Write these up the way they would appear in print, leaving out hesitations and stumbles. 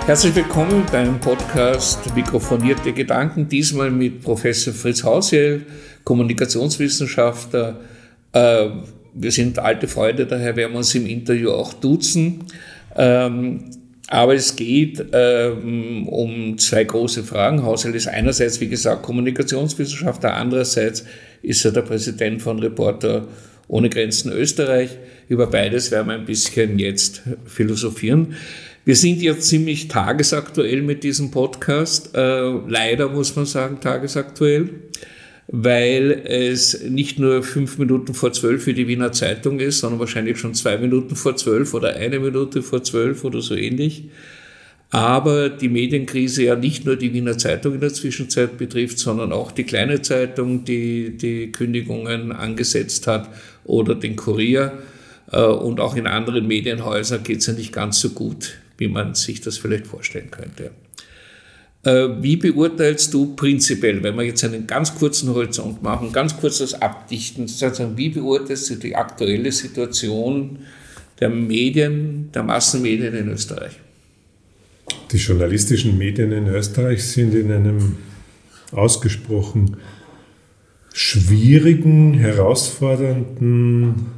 Herzlich willkommen beim Podcast Mikrofonierte Gedanken, diesmal mit Professor Fritz Hausel, Kommunikationswissenschaftler. Wir sind alte Freunde, daher werden wir uns im Interview auch duzen. Aber es geht um zwei große Fragen. Hausel ist einerseits, wie gesagt, Kommunikationswissenschaftler, andererseits ist er der Präsident von Reporter ohne Grenzen Österreich. Über beides werden wir ein bisschen jetzt philosophieren. Wir sind jetzt ziemlich tagesaktuell mit diesem Podcast, leider muss man sagen tagesaktuell, weil es nicht nur 5 Minuten vor 12 für die Wiener Zeitung ist, sondern wahrscheinlich schon 2 Minuten vor 12 oder 1 Minute vor 12 oder so ähnlich. Aber die Medienkrise ja nicht nur die Wiener Zeitung in der Zwischenzeit betrifft, sondern auch die kleine Zeitung, die Kündigungen angesetzt hat, oder den Kurier. Und auch in anderen Medienhäusern geht es ja nicht ganz so gut, wie man sich das vielleicht vorstellen könnte. Wie beurteilst du prinzipiell, wenn wir jetzt einen ganz kurzen Horizont machen, ganz kurz das Abdichten, sozusagen, wie beurteilst du die aktuelle Situation der Medien, der Massenmedien in Österreich? Die journalistischen Medien in Österreich sind in einem ausgesprochen schwierigen, herausfordernden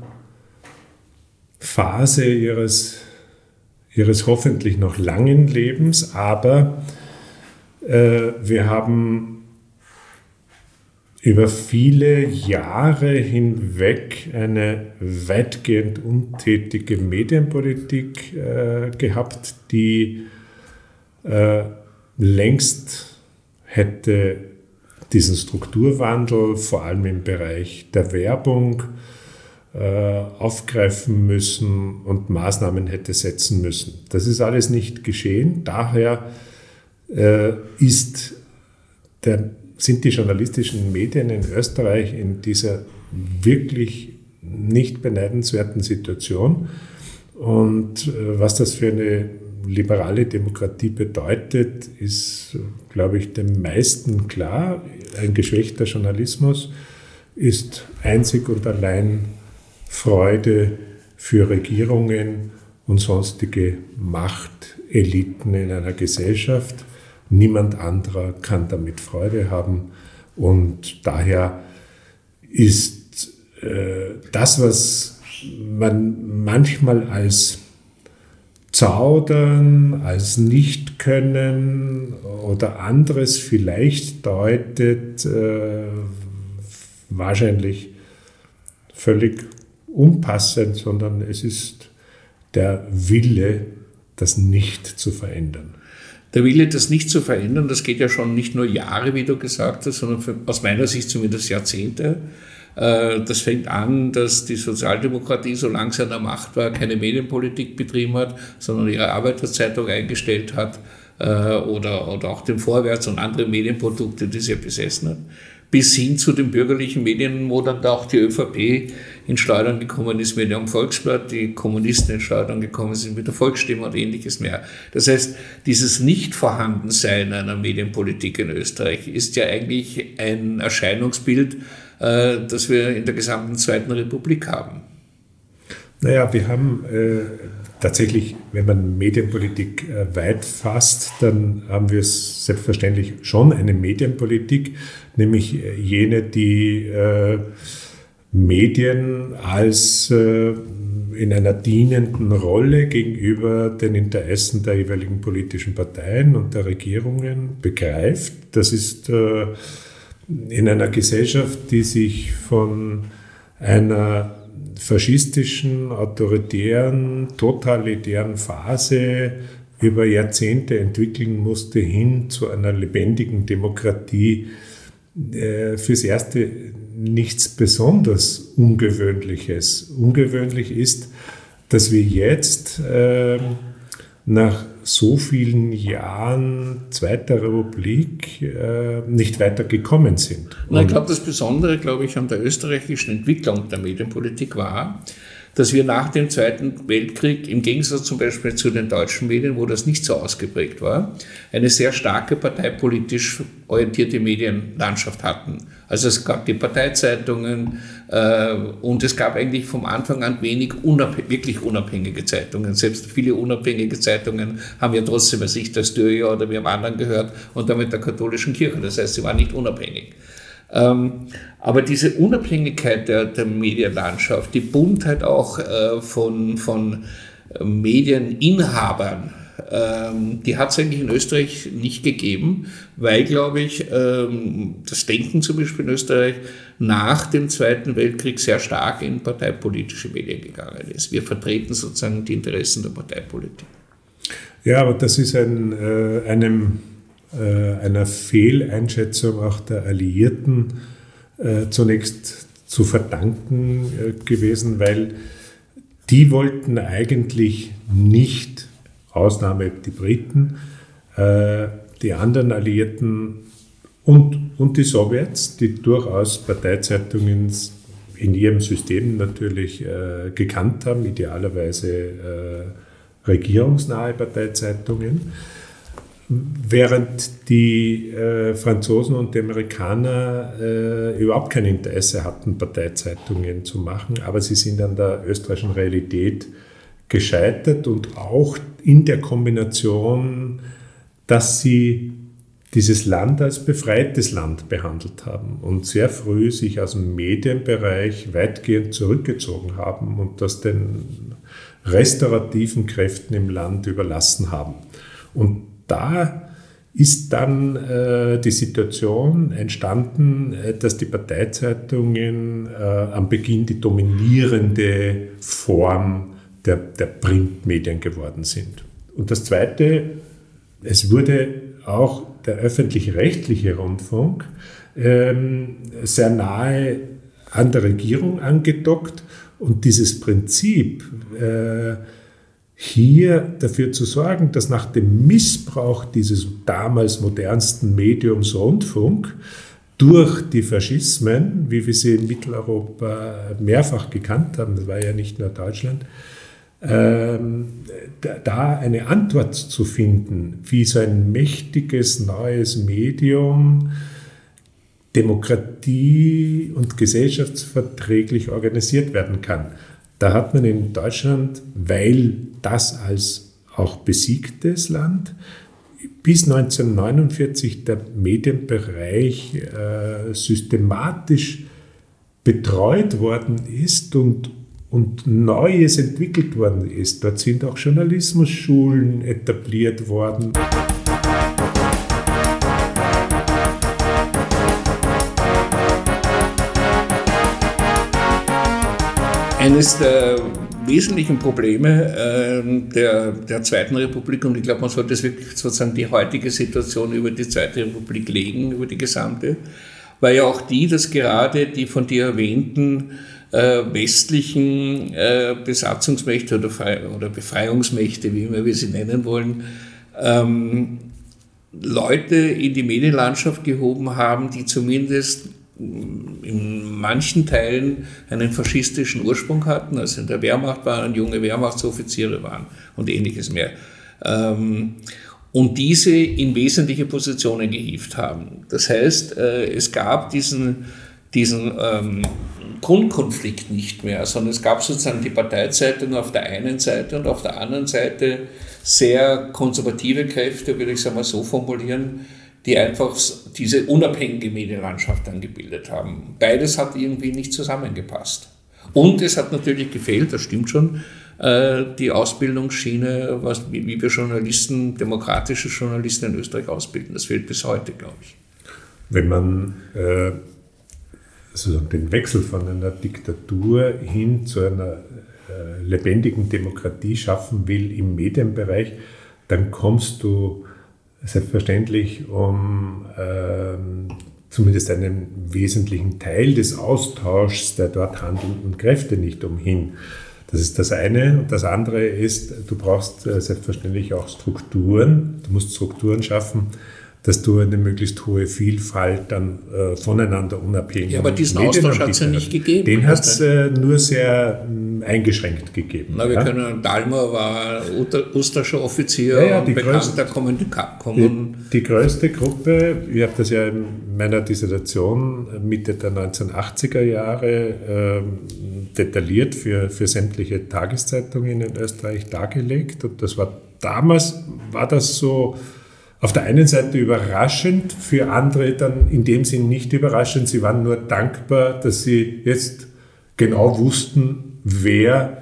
Phase ihres hoffentlich noch langen Lebens, aber wir haben über viele Jahre hinweg eine weitgehend untätige Medienpolitik gehabt, die längst hätte diesen Strukturwandel, vor allem im Bereich der Werbung, aufgreifen müssen und Maßnahmen hätte setzen müssen. Das ist alles nicht geschehen. Daher sind die journalistischen Medien in Österreich in dieser wirklich nicht beneidenswerten Situation. Und was das für eine liberale Demokratie bedeutet, ist, glaube ich, den meisten klar. Ein geschwächter Journalismus ist einzig und allein Freude für Regierungen und sonstige Machteliten in einer Gesellschaft. Niemand anderer kann damit Freude haben. Und daher ist das, was man manchmal als Zaudern, als Nichtkönnen oder anderes vielleicht deutet, wahrscheinlich völlig unpassend, sondern es ist der Wille, das nicht zu verändern. Der Wille, das nicht zu verändern, das geht ja schon nicht nur Jahre, wie du gesagt hast, sondern aus meiner Sicht zumindest Jahrzehnte. Das fängt an, dass die Sozialdemokratie, solange sie an der Macht war, keine Medienpolitik betrieben hat, sondern ihre Arbeiterzeitung eingestellt hat oder auch den Vorwärts und andere Medienprodukte, die sie besessen hat. Bis hin zu den bürgerlichen Medien, wo dann auch die ÖVP in Schleudern gekommen ist mit ihrem Volksblatt, die Kommunisten in Schleudern gekommen sind mit der Volksstimme und ähnliches mehr. Das heißt, dieses Nicht-Vorhandensein einer Medienpolitik in Österreich ist ja eigentlich ein Erscheinungsbild, das wir in der gesamten Zweiten Republik haben. Naja, wir haben tatsächlich, wenn man Medienpolitik weit fasst, dann haben wir selbstverständlich schon eine Medienpolitik, nämlich jene, die Medien als in einer dienenden Rolle gegenüber den Interessen der jeweiligen politischen Parteien und der Regierungen begreift. Das ist in einer Gesellschaft, die sich von einer faschistischen, autoritären, totalitären Phase über Jahrzehnte entwickeln musste, hin zu einer lebendigen Demokratie, fürs Erste nichts besonders Ungewöhnliches. Ungewöhnlich ist, dass wir jetzt nach so vielen Jahren Zweiter Republik nicht weiter gekommen sind. Ich glaube, das Besondere, an der österreichischen Entwicklung der Medienpolitik war, dass wir nach dem Zweiten Weltkrieg, im Gegensatz zum Beispiel zu den deutschen Medien, wo das nicht so ausgeprägt war, eine sehr starke parteipolitisch orientierte Medienlandschaft hatten. Also es gab die Parteizeitungen und es gab eigentlich vom Anfang an wenig wirklich unabhängige Zeitungen. Selbst viele unabhängige Zeitungen haben ja trotzdem bei sich das Störja oder wir haben anderen gehört und damit der katholischen Kirche. Das heißt, sie waren nicht unabhängig. Aber diese Unabhängigkeit der Medienlandschaft, die Buntheit auch von Medieninhabern, die hat es eigentlich in Österreich nicht gegeben, weil, glaube ich, das Denken zum Beispiel in Österreich nach dem Zweiten Weltkrieg sehr stark in parteipolitische Medien gegangen ist. Wir vertreten sozusagen die Interessen der Parteipolitik. Ja, aber das ist einer Fehleinschätzung auch der Alliierten zunächst zu verdanken gewesen, weil die wollten eigentlich nicht, Ausnahme die Briten, die anderen Alliierten und die Sowjets, die durchaus Parteizeitungen in ihrem System natürlich gekannt haben, idealerweise regierungsnahe Parteizeitungen, während die Franzosen und die Amerikaner überhaupt kein Interesse hatten, Parteizeitungen zu machen, aber sie sind an der österreichischen Realität gescheitert und auch in der Kombination, dass sie dieses Land als befreites Land behandelt haben und sehr früh sich aus dem Medienbereich weitgehend zurückgezogen haben und das den restaurativen Kräften im Land überlassen haben. Und da ist dann die Situation entstanden, dass die Parteizeitungen am Beginn die dominierende Form der Printmedien geworden sind. Und das Zweite, es wurde auch der öffentlich-rechtliche Rundfunk sehr nahe an der Regierung angedockt und dieses Prinzip, hier dafür zu sorgen, dass nach dem Missbrauch dieses damals modernsten Mediums Rundfunk durch die Faschismen, wie wir sie in Mitteleuropa mehrfach gekannt haben, das war ja nicht nur Deutschland, da eine Antwort zu finden, wie so ein mächtiges neues Medium demokratie- und gesellschaftsverträglich organisiert werden kann. Da hat man in Deutschland, weil das als auch besiegtes Land, bis 1949 der Medienbereich systematisch betreut worden ist und Neues entwickelt worden ist. Dort sind auch Journalismusschulen etabliert worden. Eines der wesentlichen Probleme der Zweiten Republik, und ich glaube, man sollte es wirklich sozusagen die heutige Situation über die Zweite Republik legen, über die gesamte, war ja auch dass gerade die von dir erwähnten westlichen Besatzungsmächte oder Befreiungsmächte, wie immer wir sie nennen wollen, Leute in die Medienlandschaft gehoben haben, die zumindest in manchen Teilen einen faschistischen Ursprung hatten, also in der Wehrmacht waren, junge Wehrmachtsoffiziere waren und ähnliches mehr. Und diese in wesentliche Positionen gehievt haben. Das heißt, es gab diesen Grundkonflikt nicht mehr, sondern es gab sozusagen die Parteizeitung auf der einen Seite und auf der anderen Seite sehr konservative Kräfte, würde ich es einmal so formulieren, die einfach diese unabhängige Medienlandschaft dann gebildet haben. Beides hat irgendwie nicht zusammengepasst. Und es hat natürlich gefehlt, das stimmt schon, die Ausbildungsschiene, wie wir Journalisten, demokratische Journalisten in Österreich ausbilden. Das fehlt bis heute, glaube ich. Wenn man sozusagen den Wechsel von einer Diktatur hin zu einer lebendigen Demokratie schaffen will im Medienbereich, dann kommst du selbstverständlich um zumindest einen wesentlichen Teil des Austauschs der dort handelnden Kräfte nicht umhin. Das ist das eine. Und das andere ist, du brauchst selbstverständlich auch Strukturen. Du musst Strukturen schaffen, dass du eine möglichst hohe Vielfalt dann voneinander unabhängig. Ja, aber diesen Austausch hat es ja nicht gegeben. Den hat es nur sehr eingeschränkt gegeben. Na, wir können, Dalmor war österreichischer Offizier, die bekannter die größte Gruppe, ich habe das ja in meiner Dissertation Mitte der 1980er Jahre detailliert für sämtliche Tageszeitungen in Österreich dargelegt. Und damals war das so auf der einen Seite überraschend, für andere dann in dem Sinn nicht überraschend. Sie waren nur dankbar, dass sie jetzt genau wussten, wer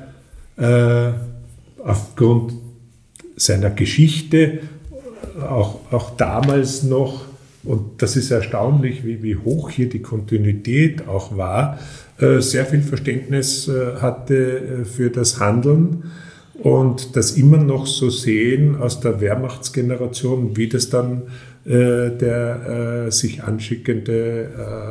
aufgrund seiner Geschichte auch damals noch, und das ist erstaunlich, wie hoch hier die Kontinuität auch war, sehr viel Verständnis hatte für das Handeln und das immer noch so sehen aus der Wehrmachtsgeneration, wie das dann der sich anschickende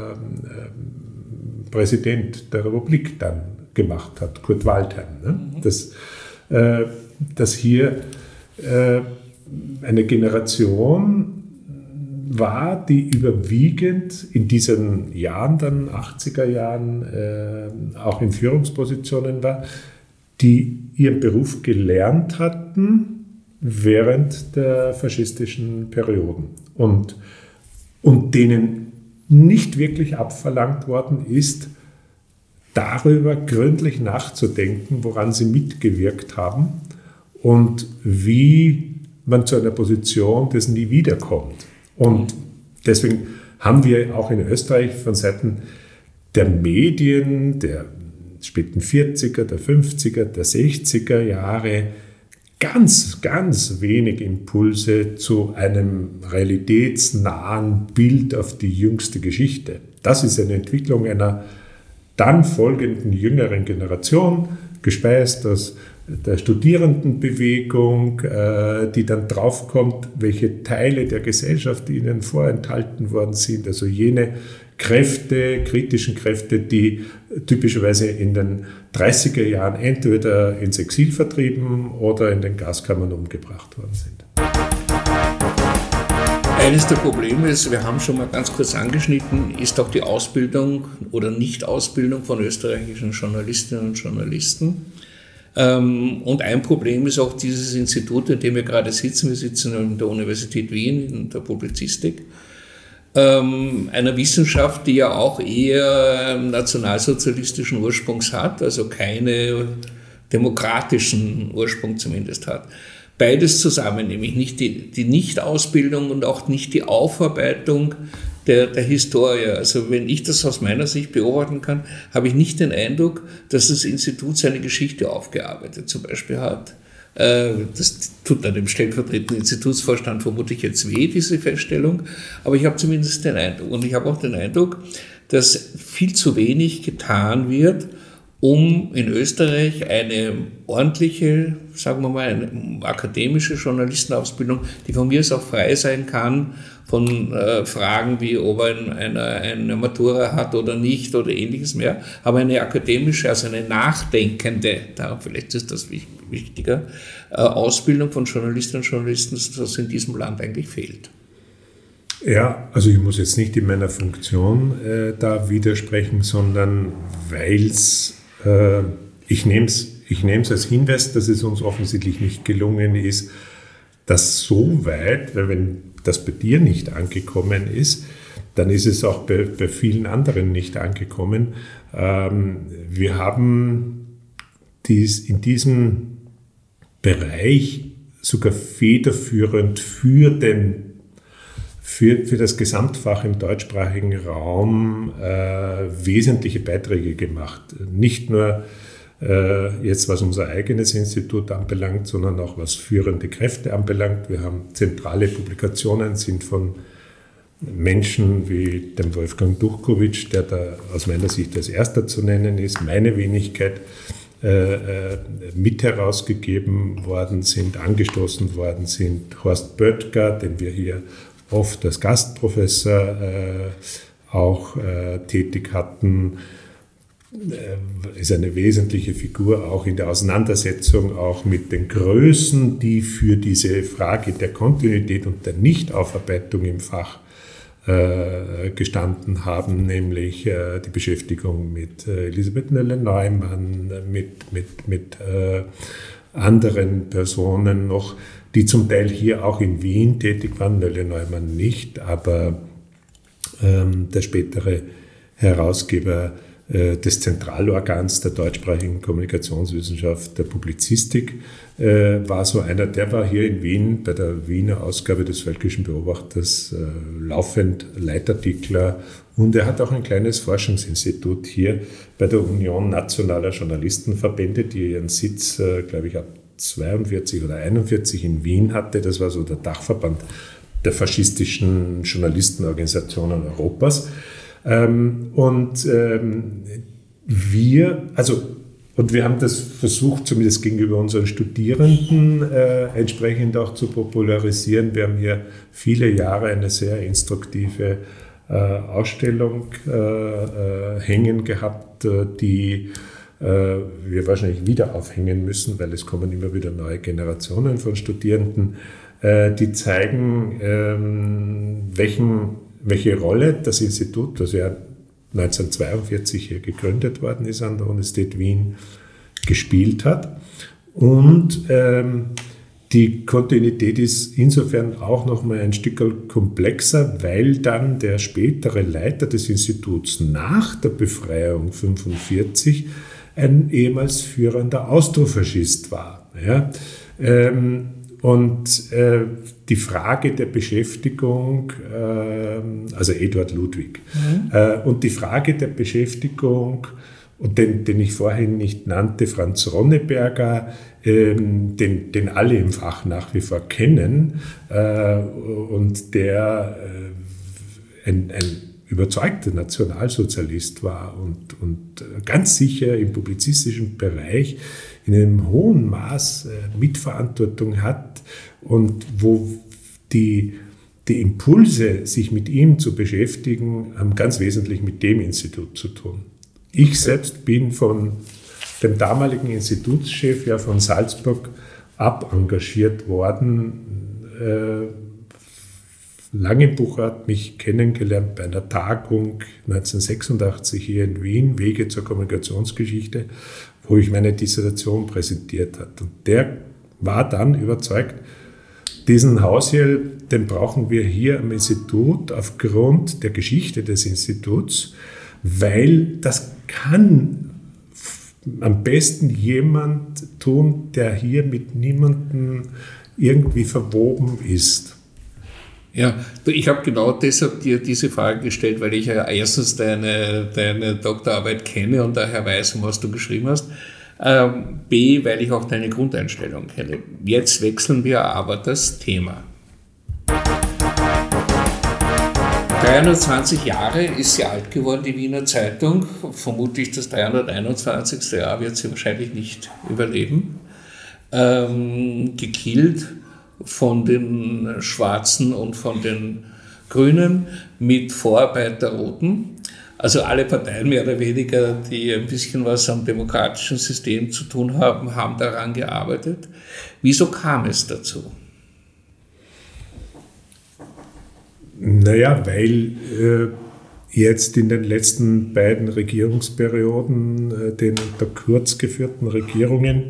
Präsident der Republik dann gemacht hat, Kurt Waldheim. Ne? Dass hier eine Generation war, die überwiegend in diesen Jahren, dann 80er Jahren, auch in Führungspositionen war, die ihren Beruf gelernt hatten während der faschistischen Perioden und denen nicht wirklich abverlangt worden ist, darüber gründlich nachzudenken, woran sie mitgewirkt haben und wie man zu einer Position des nie wiederkommt. Und deswegen haben wir auch in Österreich von Seiten der Medien, der späten 40er, der 50er, der 60er Jahre ganz, ganz wenig Impulse zu einem realitätsnahen Bild auf die jüngste Geschichte. Das ist eine Entwicklung einer dann folgenden jüngeren Generation, gespeist aus der Studierendenbewegung, die dann draufkommt, welche Teile der Gesellschaft ihnen vorenthalten worden sind, also jene Kräfte, kritischen Kräfte, die typischerweise in den 30er Jahren entweder ins Exil vertrieben oder in den Gaskammern umgebracht worden sind. Eines der Probleme ist, wir haben schon mal ganz kurz angeschnitten, ist auch die Ausbildung oder Nicht-Ausbildung von österreichischen Journalistinnen und Journalisten. Und ein Problem ist auch dieses Institut, in dem wir gerade sitzen. Wir sitzen in der Universität Wien, in der Publizistik. Einer Wissenschaft, die ja auch eher nationalsozialistischen Ursprungs hat, also keine demokratischen Ursprung zumindest hat. Beides zusammen, nämlich nicht die Nichtausbildung und auch nicht die Aufarbeitung der Historie. Also wenn ich das aus meiner Sicht beobachten kann, habe ich nicht den Eindruck, dass das Institut seine Geschichte aufgearbeitet zum Beispiel hat. Das tut dann dem stellvertretenden Institutsvorstand vermutlich jetzt weh, diese Feststellung, aber ich habe zumindest den Eindruck. Und ich habe auch den Eindruck, dass viel zu wenig getan wird, um in Österreich eine ordentliche, sagen wir mal, eine akademische Journalistenausbildung, die von mir aus auch frei sein kann, von Fragen wie, ob er eine Matura hat oder nicht oder ähnliches mehr, aber eine akademische, also eine nachdenkende, vielleicht ist das wichtiger, Ausbildung von Journalistinnen und Journalisten, das in diesem Land eigentlich fehlt. Ja, also ich muss jetzt nicht in meiner Funktion da widersprechen, sondern weil ich nehme es als Hinweis, dass es uns offensichtlich nicht gelungen ist, das so weit, weil wenn das bei dir nicht angekommen ist, dann ist es auch bei vielen anderen nicht angekommen. Wir haben in diesem Bereich sogar federführend für das Gesamtfach im deutschsprachigen Raum wesentliche Beiträge gemacht. Nicht nur jetzt, was unser eigenes Institut anbelangt, sondern auch was führende Kräfte anbelangt. Wir haben zentrale Publikationen, sind von Menschen wie dem Wolfgang Duchkowitsch, der da aus meiner Sicht als erster zu nennen ist, meine Wenigkeit, mit herausgegeben worden sind, angestoßen worden sind. Horst Böttger, den wir hier oft als Gastprofessor auch tätig hatten. ist eine wesentliche Figur auch in der Auseinandersetzung auch mit den Größen, die für diese Frage der Kontinuität und der Nichtaufarbeitung im Fach gestanden haben, nämlich die Beschäftigung mit Elisabeth Noelle-Neumann, mit anderen Personen noch, die zum Teil hier auch in Wien tätig waren, Noelle-Neumann nicht, aber der spätere Herausgeber des Zentralorgans der deutschsprachigen Kommunikationswissenschaft, der Publizistik, war so einer, der war hier in Wien bei der Wiener Ausgabe des Völkischen Beobachters laufend Leitartikler, und er hat auch ein kleines Forschungsinstitut hier bei der Union Nationaler Journalistenverbände, die ihren Sitz, glaube ich, ab 42 oder 41 in Wien hatte. Das war so der Dachverband der faschistischen Journalistenorganisationen Europas. Wir haben das versucht, zumindest gegenüber unseren Studierenden entsprechend auch zu popularisieren. Wir haben hier viele Jahre eine sehr instruktive Ausstellung hängen gehabt, die wir wahrscheinlich wieder aufhängen müssen, weil es kommen immer wieder neue Generationen von Studierenden, die zeigen, welche Rolle das Institut, das ja 1942 hier gegründet worden ist an der Universität Wien, gespielt hat. Und die Kontinuität ist insofern auch noch mal ein Stück komplexer, weil dann der spätere Leiter des Instituts nach der Befreiung 1945 ein ehemals führender Austrofaschist war. Ja? Die Frage der Beschäftigung, also Eduard Ludwig, und die Frage der Beschäftigung, und den ich vorhin nicht nannte, Franz Ronneberger, den alle im Fach nach wie vor kennen, und der ein überzeugter Nationalsozialist war und ganz sicher im publizistischen Bereich in einem hohen Maß Mitverantwortung hat und wo die Impulse, sich mit ihm zu beschäftigen, haben ganz wesentlich mit dem Institut zu tun. Ich selbst bin von dem damaligen Institutschef von Salzburg abengagiert worden. Langenbucher hat mich kennengelernt bei einer Tagung 1986 hier in Wien, Wege zur Kommunikationsgeschichte, wo ich meine Dissertation präsentiert habe. Und der war dann überzeugt, diesen Haushiel, den brauchen wir hier am Institut aufgrund der Geschichte des Instituts, weil das kann am besten jemand tun, der hier mit niemandem irgendwie verwoben ist. Ja, ich habe genau deshalb dir diese Frage gestellt, weil ich ja erstens deine Doktorarbeit kenne und daher weiß, um was du geschrieben hast. B, weil ich auch deine Grundeinstellung kenne. Jetzt wechseln wir aber das Thema. 320 Jahre ist sie alt geworden, die Wiener Zeitung. Vermutlich das 321. Jahr wird sie wahrscheinlich nicht überleben. Gekillt von den Schwarzen und von den Grünen mit Vorarbeit der Roten. Also alle Parteien mehr oder weniger, die ein bisschen was am demokratischen System zu tun haben, haben daran gearbeitet. Wieso kam es dazu? Naja, weil jetzt in den letzten beiden Regierungsperioden, den unter Kurz geführten Regierungen,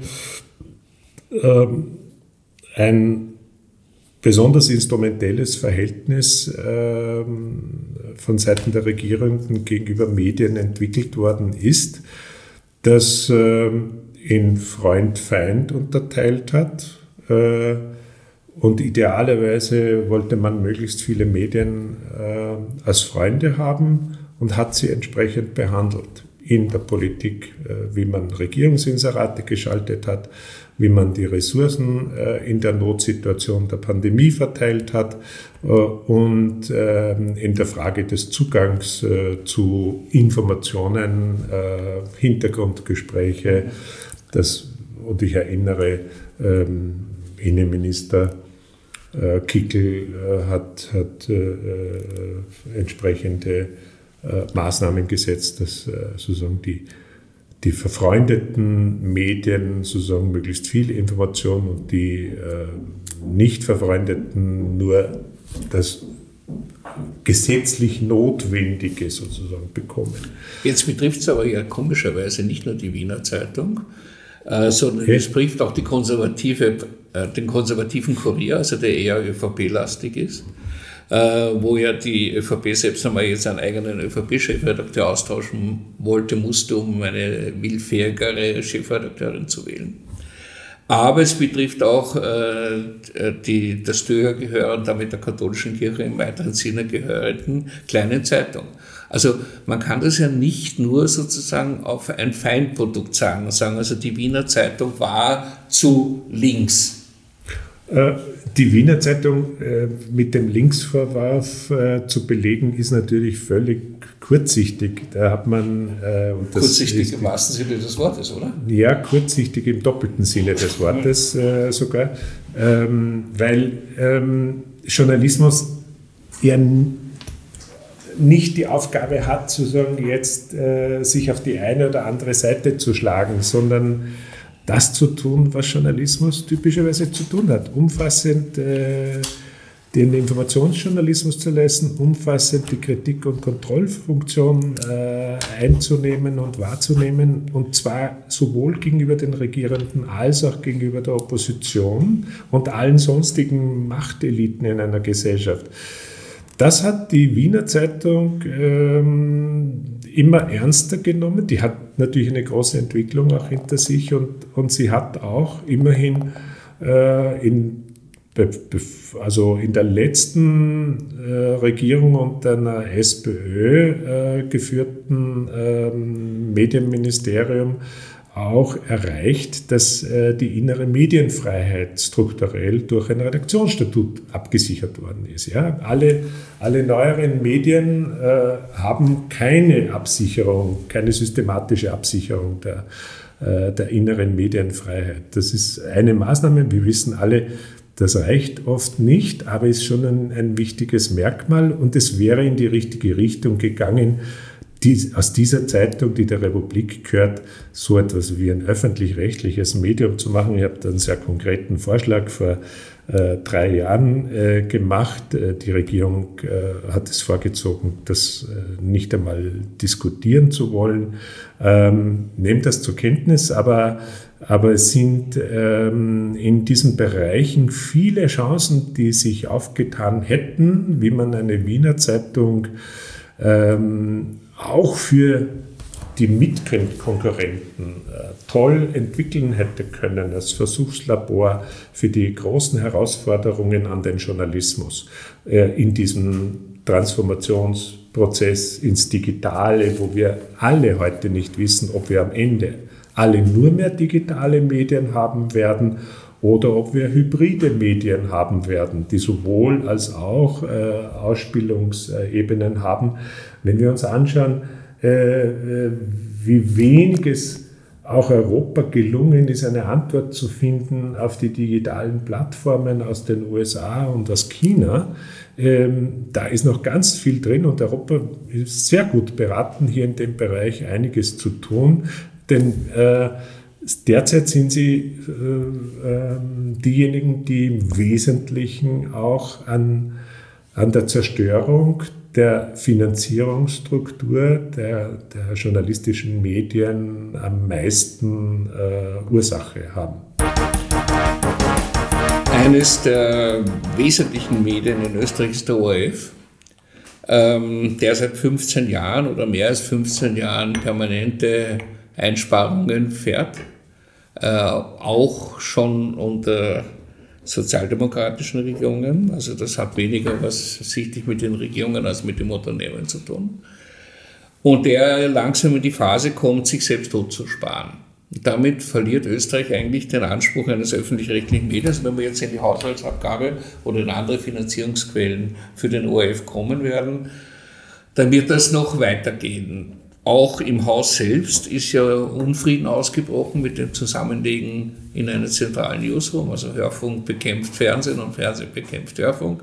ein besonders instrumentelles Verhältnis von Seiten der Regierenden gegenüber Medien entwickelt worden ist, das in Freund-Feind unterteilt hat. Und idealerweise wollte man möglichst viele Medien als Freunde haben und hat sie entsprechend behandelt. In der Politik, wie man Regierungsinserate geschaltet hat, wie man die Ressourcen in der Notsituation der Pandemie verteilt hat und in der Frage des Zugangs zu Informationen, Hintergrundgespräche. Und ich erinnere, Innenminister Kickl hat entsprechende Maßnahmen gesetzt, dass sozusagen die verfreundeten Medien sozusagen möglichst viel Information und die nicht verfreundeten nur das gesetzlich Notwendige sozusagen bekommen. Jetzt betrifft es aber ja komischerweise nicht nur die Wiener Zeitung, sondern es betrifft auch den konservativen Kurier, also der eher ÖVP-lastig ist, wo ja die ÖVP selbst einmal jetzt einen eigenen ÖVP-Chefredakteur austauschen musste, um eine willfährigere Chefredakteurin zu wählen. Aber es betrifft auch das Störergehör und damit der katholischen Kirche im weiteren Sinne gehörigen kleinen Zeitung. Also man kann das ja nicht nur sozusagen auf ein Feindprodukt sagen, also die Wiener Zeitung war zu links. Die Wiener Zeitung mit dem Linksvorwurf zu belegen, ist natürlich völlig kurzsichtig. Da hat man... kurzsichtig im wahrsten Sinne des Wortes, oder? Ja, kurzsichtig im doppelten Sinne des Wortes sogar, weil Journalismus ja nicht die Aufgabe hat, sozusagen jetzt sich auf die eine oder andere Seite zu schlagen, sondern das zu tun, was Journalismus typischerweise zu tun hat. Umfassend den Informationsjournalismus zu leisten, umfassend die Kritik- und Kontrollfunktion einzunehmen und wahrzunehmen, und zwar sowohl gegenüber den Regierenden als auch gegenüber der Opposition und allen sonstigen Machteliten in einer Gesellschaft. Das hat die Wiener Zeitung immer ernster genommen. Die hat natürlich eine große Entwicklung auch hinter sich und sie hat auch immerhin in der letzten Regierung unter einer SPÖ geführten Medienministerium auch erreicht, dass die innere Medienfreiheit strukturell durch ein Redaktionsstatut abgesichert worden ist. Ja, alle neueren Medien haben keine Absicherung, keine systematische Absicherung der inneren Medienfreiheit. Das ist eine Maßnahme, wir wissen alle, das reicht oft nicht, aber ist schon ein wichtiges Merkmal, und es wäre in die richtige Richtung gegangen, aus dieser Zeitung, die der Republik gehört, so etwas wie ein öffentlich-rechtliches Medium zu machen. Ich habe da einen sehr konkreten Vorschlag vor 3 Jahren gemacht. Die Regierung hat es vorgezogen, das nicht einmal diskutieren zu wollen. Nehmt das zur Kenntnis, aber es sind in diesen Bereichen viele Chancen, die sich aufgetan hätten, wie man eine Wiener Zeitung auch für die Mitkonkurrenten toll entwickeln hätte können als Versuchslabor für die großen Herausforderungen an den Journalismus in diesem Transformationsprozess ins Digitale, wo wir alle heute nicht wissen, ob wir am Ende alle nur mehr digitale Medien haben werden oder ob wir hybride Medien haben werden, die sowohl als auch Ausspielungsebenen haben. Wenn wir uns anschauen, wie wenig es auch Europa gelungen ist, eine Antwort zu finden auf die digitalen Plattformen aus den USA und aus China, da ist noch ganz viel drin, und Europa ist sehr gut beraten, hier in dem Bereich einiges zu tun, denn derzeit sind sie diejenigen, die im Wesentlichen auch an der Zerstörung der Finanzierungsstruktur der journalistischen Medien am meisten Ursache haben. Eines der wesentlichen Medien in Österreich ist der ORF, der seit 15 Jahren oder mehr als 15 Jahren permanente Einsparungen fährt, auch schon unter sozialdemokratischen Regierungen. Also das hat weniger was sichtlich mit den Regierungen als mit dem Unternehmen zu tun. Und der langsam in die Phase kommt, sich selbst tot zu sparen. Und damit verliert Österreich eigentlich den Anspruch eines öffentlich-rechtlichen Mediums. Wenn wir jetzt in die Haushaltsabgabe oder in andere Finanzierungsquellen für den ORF kommen werden, dann wird das noch weitergehen. Auch im Haus selbst ist ja Unfrieden ausgebrochen mit dem Zusammenlegen in einen zentralen Newsroom. Also Hörfunk bekämpft Fernsehen und Fernsehen bekämpft Hörfunk.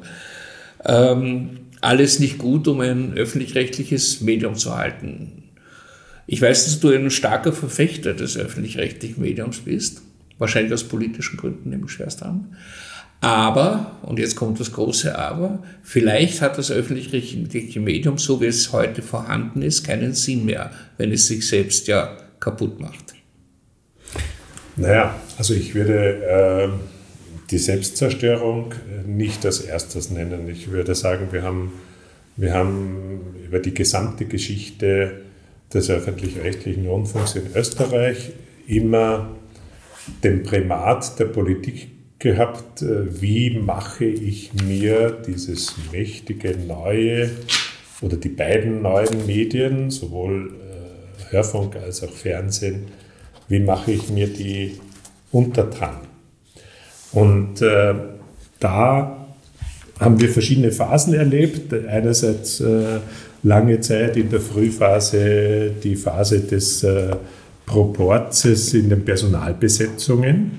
Alles nicht gut, um ein öffentlich-rechtliches Medium zu halten. Ich weiß, dass du ein starker Verfechter des öffentlich-rechtlichen Mediums bist, wahrscheinlich aus politischen Gründen, nehme ich schwerst an. Aber, und jetzt kommt das große Aber, vielleicht hat das öffentlich-rechtliche Medium, so wie es heute vorhanden ist, keinen Sinn mehr, wenn es sich selbst ja kaputt macht. Naja, also ich würde die Selbstzerstörung nicht als erstes nennen. Ich würde sagen, wir haben über die gesamte Geschichte des öffentlich-rechtlichen Rundfunks in Österreich immer den Primat der Politik gehabt, wie mache ich mir dieses mächtige neue oder die beiden neuen Medien, sowohl Hörfunk als auch Fernsehen, wie mache ich mir die untertan? Und da haben wir verschiedene Phasen erlebt. Einerseits lange Zeit in der Frühphase die Phase des Proporzes in den Personalbesetzungen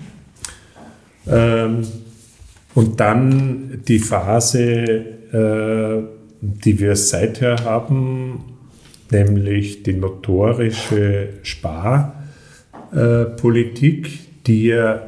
und dann die Phase, die wir seither haben, nämlich die notorische Sparpolitik, die ja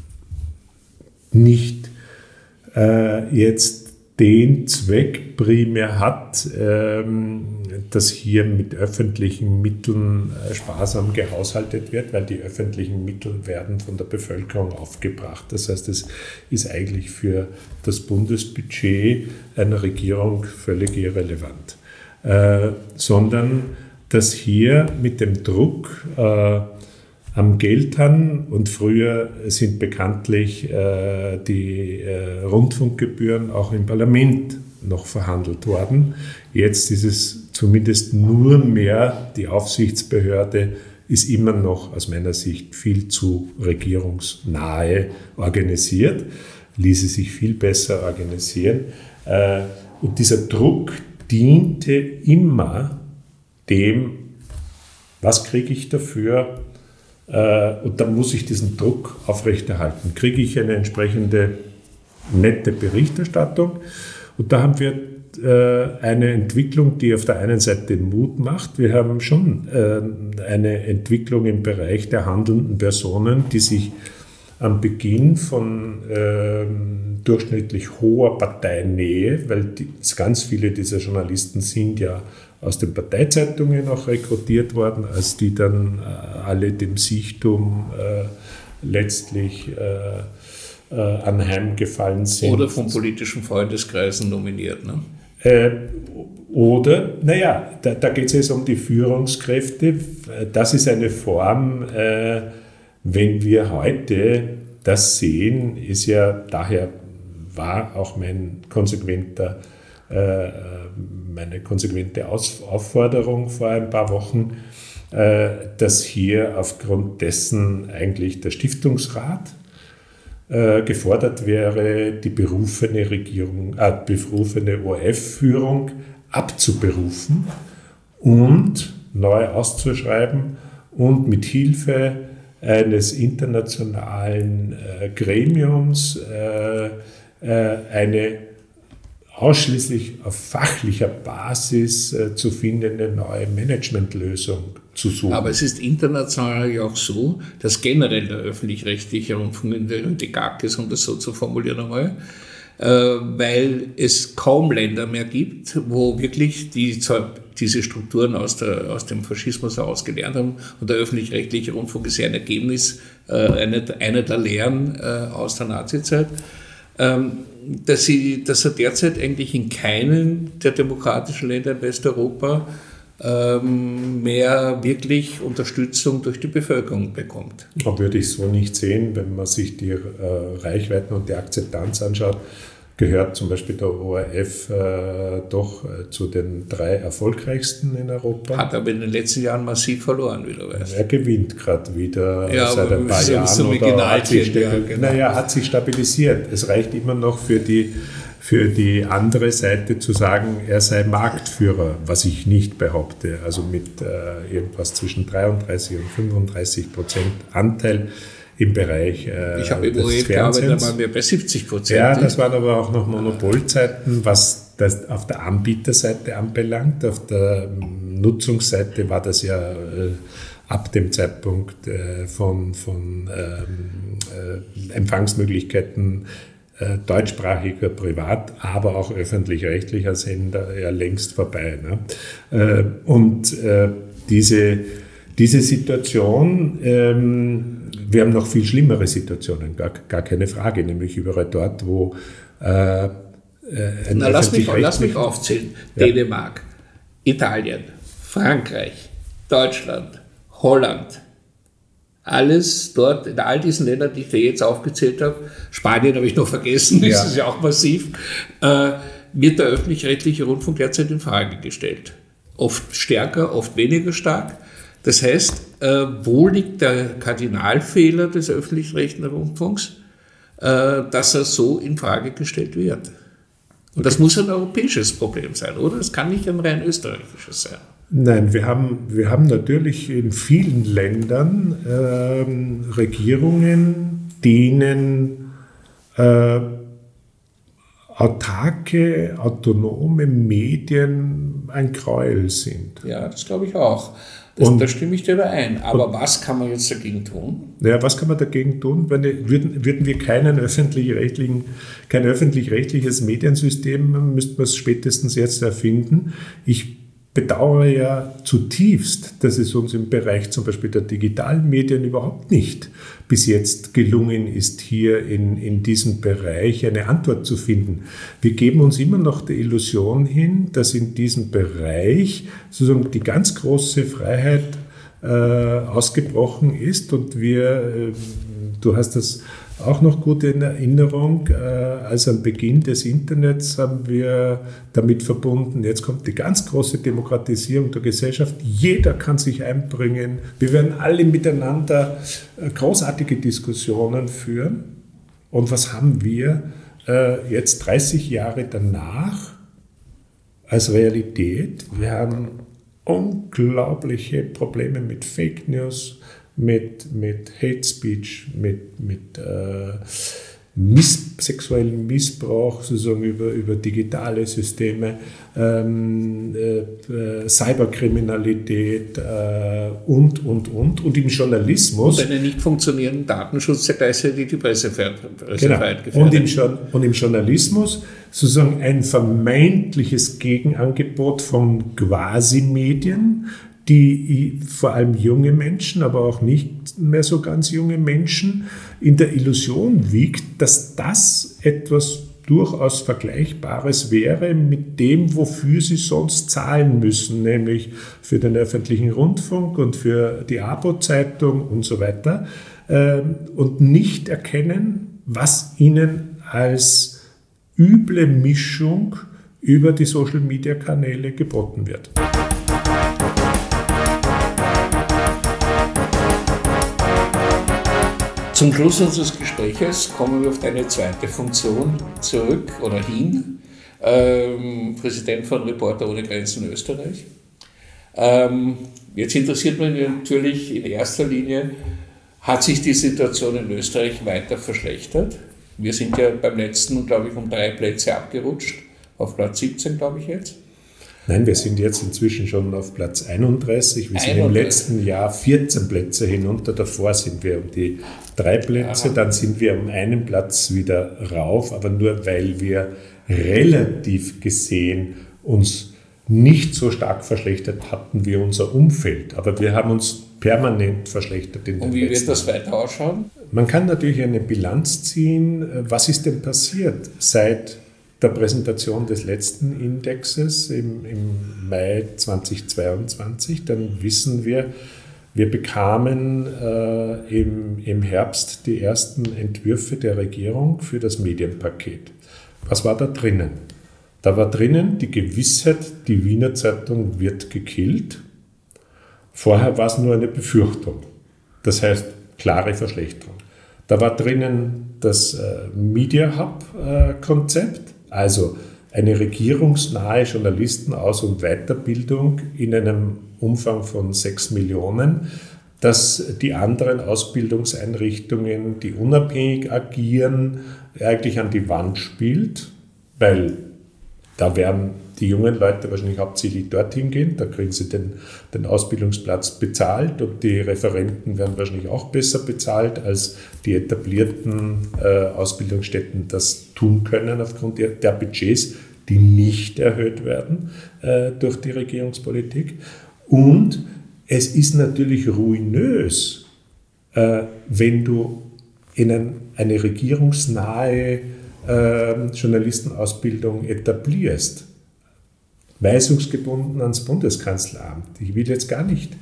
nicht jetzt den Zweck primär hat, dass hier mit öffentlichen Mitteln sparsam gehaushaltet wird, weil die öffentlichen Mittel werden von der Bevölkerung aufgebracht. Das heißt, es ist eigentlich für das Bundesbudget einer Regierung völlig irrelevant. Sondern dass hier mit dem Druck am Geldhahn, und früher sind bekanntlich die Rundfunkgebühren auch im Parlament noch verhandelt worden. Jetzt ist es zumindest nur mehr, die Aufsichtsbehörde ist immer noch aus meiner Sicht viel zu regierungsnahe organisiert, ließe sich viel besser organisieren. Und dieser Druck diente immer dem, was kriege ich dafür? Und dann muss ich diesen Druck aufrechterhalten. Kriege ich eine entsprechende nette Berichterstattung? Und da haben wir eine Entwicklung, die auf der einen Seite den Mut macht. Wir haben schon eine Entwicklung im Bereich der handelnden Personen, die sich am Beginn von durchschnittlich hoher Parteinähe, weil ganz viele dieser Journalisten sind ja aus den Parteizeitungen auch rekrutiert worden, als die dann alle dem Siechtum letztlich anheimgefallen sind. Oder von politischen Freundeskreisen nominiert, ne? Oder, da geht es jetzt um die Führungskräfte. Das ist eine Form, wenn wir heute das sehen, ist ja, daher war auch meine konsequente Aufforderung vor ein paar Wochen, dass hier aufgrund dessen eigentlich der Stiftungsrat gefordert wäre, die berufene ORF-Führung abzuberufen und neu auszuschreiben und mit Hilfe eines internationalen Gremiums eine ausschließlich auf fachlicher Basis zu findende neue Managementlösung zu suchen. Aber es ist international ja auch so, dass generell der öffentlich-rechtliche Rundfunk in der Gag ist, um das so zu formulieren einmal, weil es kaum Länder mehr gibt, wo wirklich diese Strukturen aus dem Faschismus herausgelernt haben. Und der öffentlich-rechtliche Rundfunk ist ja ein Ergebnis, eine der Lehren aus der Nazizeit. Dass er derzeit eigentlich in keinem der demokratischen Länder in Westeuropa mehr wirklich Unterstützung durch die Bevölkerung bekommt. Da würde ich so nicht sehen, wenn man sich die Reichweiten und die Akzeptanz anschaut. Gehört zum Beispiel der ORF doch zu den 3 erfolgreichsten in Europa. Hat aber in den letzten Jahren massiv verloren, wie du weißt. Er gewinnt gerade wieder seit ein paar Jahren. Hat sich stabilisiert. Es reicht immer noch für die andere Seite zu sagen, er sei Marktführer, was ich nicht behaupte. Also mit irgendwas zwischen 33% und 35% Anteil im Bereich ich habe im ORF gearbeitet, da waren wir bei 70%. Ja, das waren aber auch noch Monopolzeiten, was was das auf der Anbieterseite anbelangt. Auf der Nutzungsseite war das ja ab dem Zeitpunkt von Empfangsmöglichkeiten deutschsprachiger Privat, aber auch öffentlich-rechtlicher Sender ja längst vorbei. Ne? Und diese Situation, wir haben noch viel schlimmere Situationen, gar keine Frage, nämlich überall dort, wo lass mich aufzählen. Ja. Dänemark, Italien, Frankreich, Deutschland, Holland, alles dort, in all diesen Ländern, die ich dir jetzt aufgezählt habe, Spanien habe ich noch vergessen, das ist ja auch massiv, wird der öffentlich-rechtliche Rundfunk derzeit in Frage gestellt. Oft stärker, oft weniger stark. Das heißt, wo liegt der Kardinalfehler des öffentlich-rechtlichen Rundfunks, dass er so in Frage gestellt wird? Und das muss ein europäisches Problem sein, oder? Das kann nicht ein rein österreichisches sein. Nein, wir haben natürlich in vielen Ländern Regierungen, denen autarke, autonome Medien ein Gräuel sind. Ja, das glaube ich auch. Da stimme ich dir da ein. Aber was kann man jetzt dagegen tun? Ja, was kann man dagegen tun? Würden wir kein öffentlich-rechtliches Mediensystem, müssten wir es spätestens jetzt erfinden. Ich bedauere ja zutiefst, dass es uns im Bereich zum Beispiel der digitalen Medien überhaupt nicht bis jetzt gelungen ist, hier in diesem Bereich eine Antwort zu finden. Wir geben uns immer noch die Illusion hin, dass in diesem Bereich sozusagen die ganz große Freiheit ausgebrochen ist und du hast das auch noch gut in Erinnerung, als am Beginn des Internets haben wir damit verbunden, jetzt kommt die ganz große Demokratisierung der Gesellschaft, jeder kann sich einbringen, wir werden alle miteinander großartige Diskussionen führen. Und was haben wir jetzt 30 Jahre danach als Realität? Wir haben unglaubliche Probleme mit Fake News, mit Hate Speech, mit sexuellem Missbrauch, sozusagen über digitale Systeme, Cyberkriminalität und im Journalismus. Und einen nicht funktionierenden Datenschutz, der gleichzeitig die Pressefreiheit gefährdet. Und im Journalismus sozusagen ein vermeintliches Gegenangebot von Quasi-Medien, die vor allem junge Menschen, aber auch nicht mehr so ganz junge Menschen in der Illusion wiegt, dass das etwas durchaus Vergleichbares wäre mit dem, wofür sie sonst zahlen müssen, nämlich für den öffentlichen Rundfunk und für die Abo-Zeitung und so weiter, und nicht erkennen, was ihnen als üble Mischung über die Social-Media-Kanäle geboten wird. Zum Schluss unseres Gespräches kommen wir auf deine zweite Funktion zurück oder hin, Präsident von Reporter ohne Grenzen Österreich. Jetzt interessiert mich natürlich in erster Linie, hat sich die Situation in Österreich weiter verschlechtert? Wir sind ja beim letzten, glaube ich, um 3 Plätze abgerutscht, auf Platz 17, glaube ich jetzt. Nein, wir sind jetzt inzwischen schon auf Platz 31. Wir sind im letzten Jahr 14 Plätze hinunter. Davor sind wir um die 3 Plätze. Dann sind wir um einen Platz wieder rauf, aber nur weil wir relativ gesehen uns nicht so stark verschlechtert hatten wie unser Umfeld. Aber wir haben uns permanent verschlechtert in den letzten Jahren. Und wie wird das weiter ausschauen? Man kann natürlich eine Bilanz ziehen. Was ist denn passiert seit der Präsentation des letzten Indexes im Mai 2022, dann wissen wir bekamen im Herbst die ersten Entwürfe der Regierung für das Medienpaket. Was war da drinnen? Da war drinnen die Gewissheit, die Wiener Zeitung wird gekillt. Vorher war es nur eine Befürchtung. Das heißt, klare Verschlechterung. Da war drinnen das Media Hub-Konzept, also eine regierungsnahe Journalistenaus- und Weiterbildung in einem Umfang von 6 Millionen, dass die anderen Ausbildungseinrichtungen, die unabhängig agieren, eigentlich an die Wand spielt, weil Da werden die jungen Leute wahrscheinlich hauptsächlich dorthin gehen, da kriegen sie den Ausbildungsplatz bezahlt und die Referenten werden wahrscheinlich auch besser bezahlt, als die etablierten Ausbildungsstätten das tun können aufgrund der Budgets, die nicht erhöht werden durch die Regierungspolitik. Und es ist natürlich ruinös, wenn du in eine regierungsnahe Journalistenausbildung etablierst, weisungsgebunden ans Bundeskanzleramt. Ich will jetzt gar nicht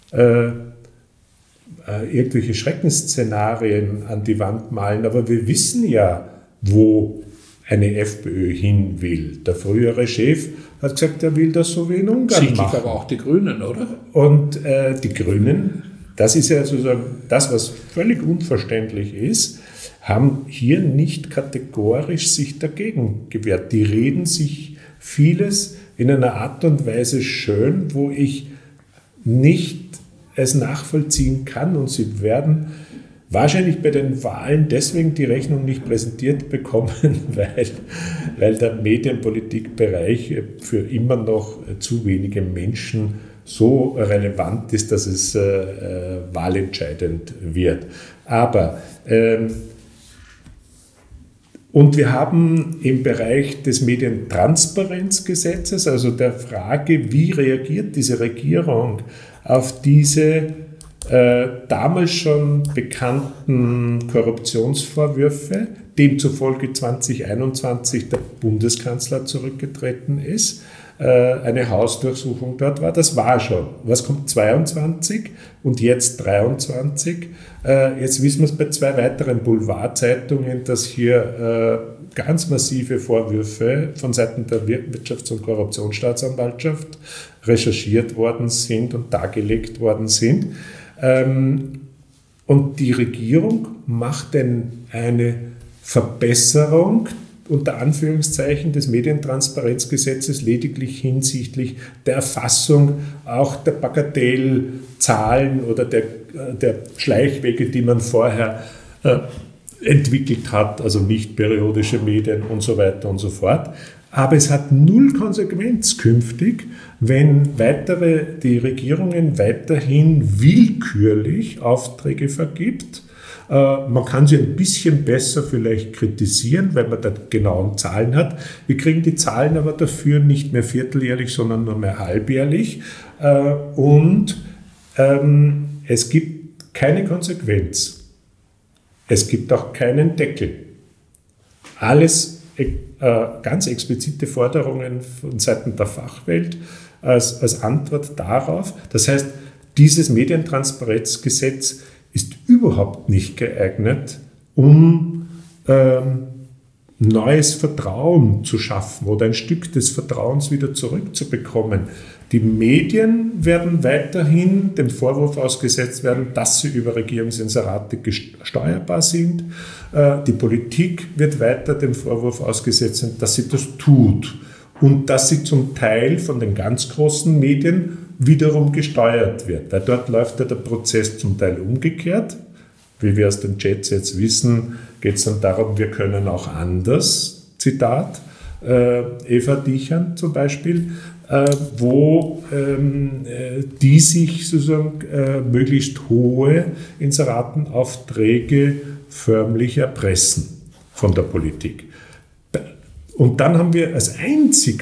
irgendwelche Schreckensszenarien an die Wand malen, aber wir wissen ja, wo eine FPÖ hin will. Der frühere Chef hat gesagt, er will das so wie in Ungarn sicherlich machen. Aber auch die Grünen, oder? Und die Grünen, das ist ja sozusagen das, was völlig unverständlich ist, haben hier nicht kategorisch sich dagegen gewehrt. Die reden sich vieles in einer Art und Weise schön, wo ich nicht es nachvollziehen kann, und sie werden wahrscheinlich bei den Wahlen deswegen die Rechnung nicht präsentiert bekommen, weil der Medienpolitikbereich für immer noch zu wenige Menschen so relevant ist, dass es wahlentscheidend wird. Aber und wir haben im Bereich des Medientransparenzgesetzes, also der Frage, wie reagiert diese Regierung auf diese damals schon bekannten Korruptionsvorwürfe, demzufolge 2021 der Bundeskanzler zurückgetreten ist, eine Hausdurchsuchung dort war. Das war schon. Was kommt 22 und jetzt 23? Jetzt wissen wir es bei 2 weiteren Boulevardzeitungen, dass hier ganz massive Vorwürfe von Seiten der Wirtschafts- und Korruptionsstaatsanwaltschaft recherchiert worden sind und dargelegt worden sind. Und die Regierung macht eine Verbesserung unter Anführungszeichen des Medientransparenzgesetzes lediglich hinsichtlich der Erfassung auch der Bagatellzahlen oder der Schleichwege, die man vorher entwickelt hat, also nicht periodische Medien und so weiter und so fort. Aber es hat null Konsequenz künftig, wenn die Regierungen weiterhin willkürlich Aufträge vergibt. Man kann sie ein bisschen besser vielleicht kritisieren, weil man da genauen Zahlen hat. Wir kriegen die Zahlen aber dafür nicht mehr vierteljährlich, sondern nur mehr halbjährlich. Und es gibt keine Konsequenz. Es gibt auch keinen Deckel. Alles ganz explizite Forderungen von Seiten der Fachwelt als Antwort darauf. Das heißt, dieses Medientransparenzgesetz ist überhaupt nicht geeignet, um neues Vertrauen zu schaffen oder ein Stück des Vertrauens wieder zurückzubekommen. Die Medien werden weiterhin dem Vorwurf ausgesetzt werden, dass sie über Regierungsinserate steuerbar sind. Die Politik wird weiter dem Vorwurf ausgesetzt sein, dass sie das tut und dass sie zum Teil von den ganz großen Medien wiederum gesteuert wird. Weil dort läuft ja der Prozess zum Teil umgekehrt. Wie wir aus den Chats jetzt wissen, geht es dann darum, wir können auch anders, Zitat, Eva Dichern zum Beispiel, wo die sich sozusagen möglichst hohe Inseratenaufträge förmlich erpressen von der Politik. Und dann haben wir als einzig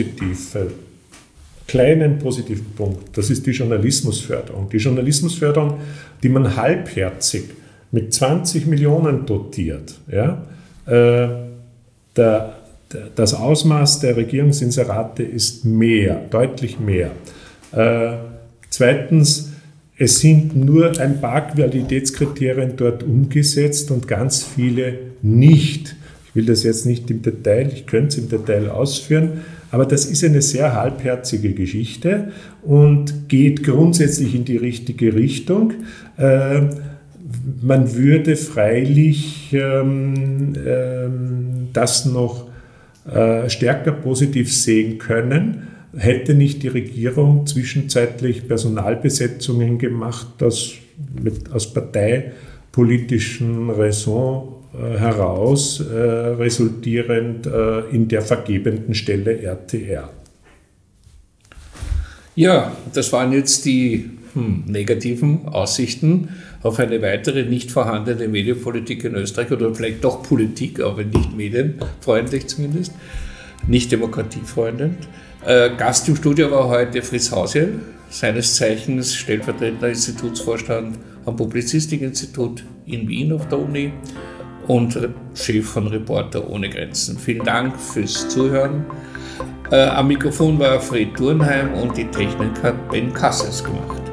kleinen positiven Punkt, das ist die Journalismusförderung. Die Journalismusförderung, die man halbherzig mit 20 Millionen dotiert. Ja? Das Ausmaß der Regierungsinserate ist deutlich mehr. Zweitens, es sind nur ein paar Qualitätskriterien dort umgesetzt und ganz viele nicht. Ich will das jetzt nicht im Detail, ich könnte es im Detail ausführen, aber das ist eine sehr halbherzige Geschichte und geht grundsätzlich in die richtige Richtung. Man würde freilich das noch stärker positiv sehen können, hätte nicht die Regierung zwischenzeitlich Personalbesetzungen gemacht aus politischen Raison heraus, resultierend in der vergebenden Stelle RTR. Ja, das waren jetzt die negativen Aussichten auf eine weitere nicht vorhandene Medienpolitik in Österreich oder vielleicht doch Politik, aber nicht medienfreundlich zumindest, nicht demokratiefreundlich. Gast im Studio war heute Fritz Hausiel, seines Zeichens stellvertretender Institutsvorstand am Publizistikinstitut in Wien auf der Uni und Chef von Reporter ohne Grenzen. Vielen Dank fürs Zuhören. Am Mikrofon war Fred Durnheim und die Technik hat Ben Kasses gemacht.